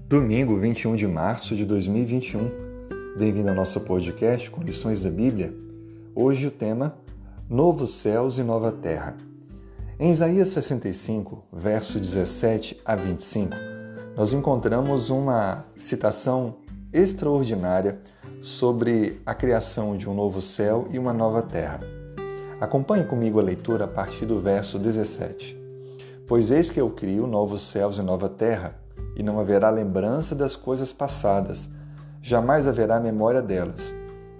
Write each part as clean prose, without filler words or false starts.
Domingo, 21 de março de 2021. Bem-vindo ao nosso podcast com lições da Bíblia. Hoje o tema Novos Céus e Nova Terra. Em Isaías 65, verso 17 a 25, nós encontramos uma citação extraordinária sobre a criação de um novo céu e uma nova terra. Acompanhe comigo a leitura a partir do verso 17. Pois eis que eu crio novos céus e nova terra, e não haverá lembrança das coisas passadas, jamais haverá memória delas.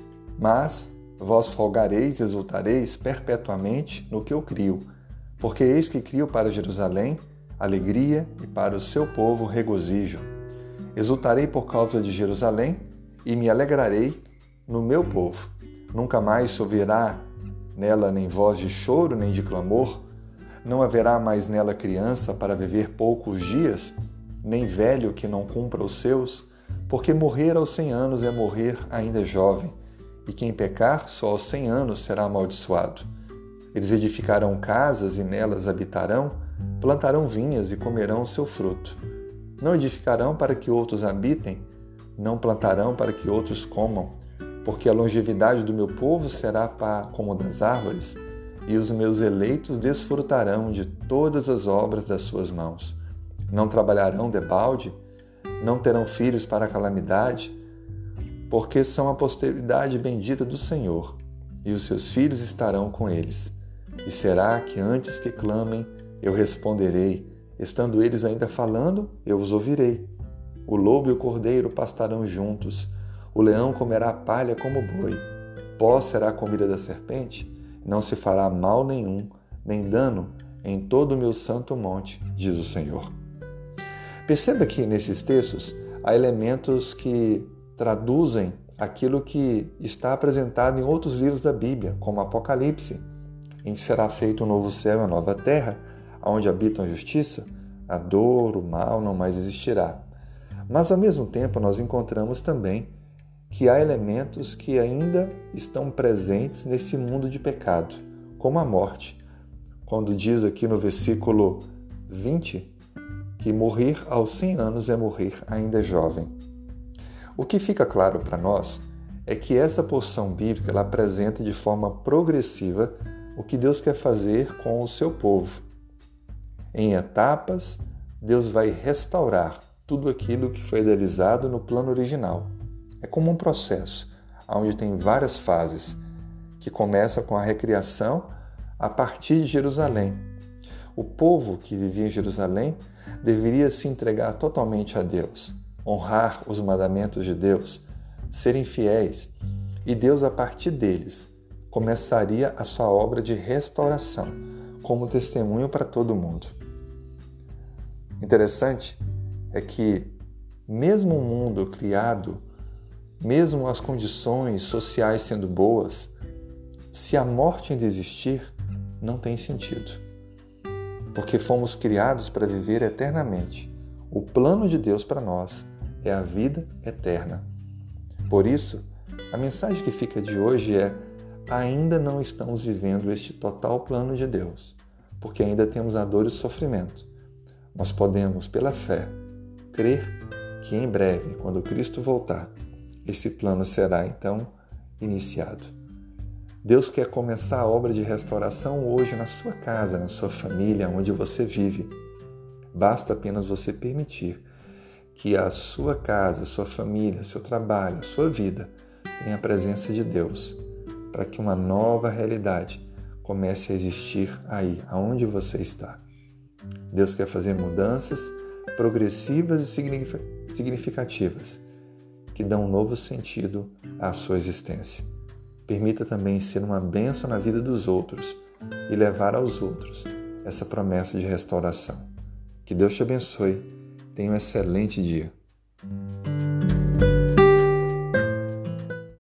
Mas vós folgareis e exultareis perpetuamente no que eu crio, porque eis que crio para Jerusalém alegria e para o seu povo regozijo. Exultarei por causa de Jerusalém e me alegrarei no meu povo. Nunca mais se ouvirá nela nem voz de choro nem de clamor. Não haverá mais nela criança para viver poucos dias, nem velho que não cumpra os seus, porque morrer aos 100 anos é morrer ainda jovem, e quem pecar só aos 100 anos será amaldiçoado. Eles edificarão casas e nelas habitarão, plantarão vinhas e comerão o seu fruto. Não edificarão para que outros habitem, não plantarão para que outros comam, porque a longevidade do meu povo será como das árvores, e os meus eleitos desfrutarão de todas as obras das suas mãos. Não trabalharão debalde, não terão filhos para a calamidade, porque são a posteridade bendita do Senhor, e os seus filhos estarão com eles. E será que antes que clamem, eu responderei, estando eles ainda falando, eu os ouvirei. O lobo e o cordeiro pastarão juntos, o leão comerá palha como boi, pó será a comida da serpente, não se fará mal nenhum, nem dano em todo o meu santo monte, diz o Senhor. Perceba que nesses textos há elementos que traduzem aquilo que está apresentado em outros livros da Bíblia, como Apocalipse, em que será feito um novo céu e uma nova terra, onde habitam a justiça, a dor, o mal não mais existirá. Mas, ao mesmo tempo, nós encontramos também que há elementos que ainda estão presentes nesse mundo de pecado, como a morte. Quando diz aqui no versículo 20, que morrer aos 100 anos é morrer ainda jovem. O que fica claro para nós é que essa porção bíblica ela apresenta de forma progressiva o que Deus quer fazer com o seu povo. Em etapas, Deus vai restaurar tudo aquilo que foi idealizado no plano original. É como um processo, onde tem várias fases, que começa com a recriação a partir de Jerusalém. O povo que vivia em Jerusalém deveria se entregar totalmente a Deus, honrar os mandamentos de Deus, serem fiéis, e Deus, a partir deles, começaria a sua obra de restauração, como testemunho para todo mundo. Interessante é que, mesmo o mundo criado, mesmo as condições sociais sendo boas, se a morte ainda existir, não tem sentido. Porque fomos criados para viver eternamente. O plano de Deus para nós é a vida eterna. Por isso, a mensagem que fica de hoje é: ainda não estamos vivendo este total plano de Deus, porque ainda temos a dor e o sofrimento. Nós podemos, pela fé, crer que em breve, quando Cristo voltar, esse plano será então iniciado. Deus quer começar a obra de restauração hoje na sua casa, na sua família, onde você vive. Basta apenas você permitir que a sua casa, a sua família, seu trabalho, a sua vida tenha a presença de Deus, para que uma nova realidade comece a existir aí, aonde você está. Deus quer fazer mudanças progressivas e significativas, que dão um novo sentido à sua existência. Permita também ser uma bênção na vida dos outros e levar aos outros essa promessa de restauração. Que Deus te abençoe. Tenha um excelente dia.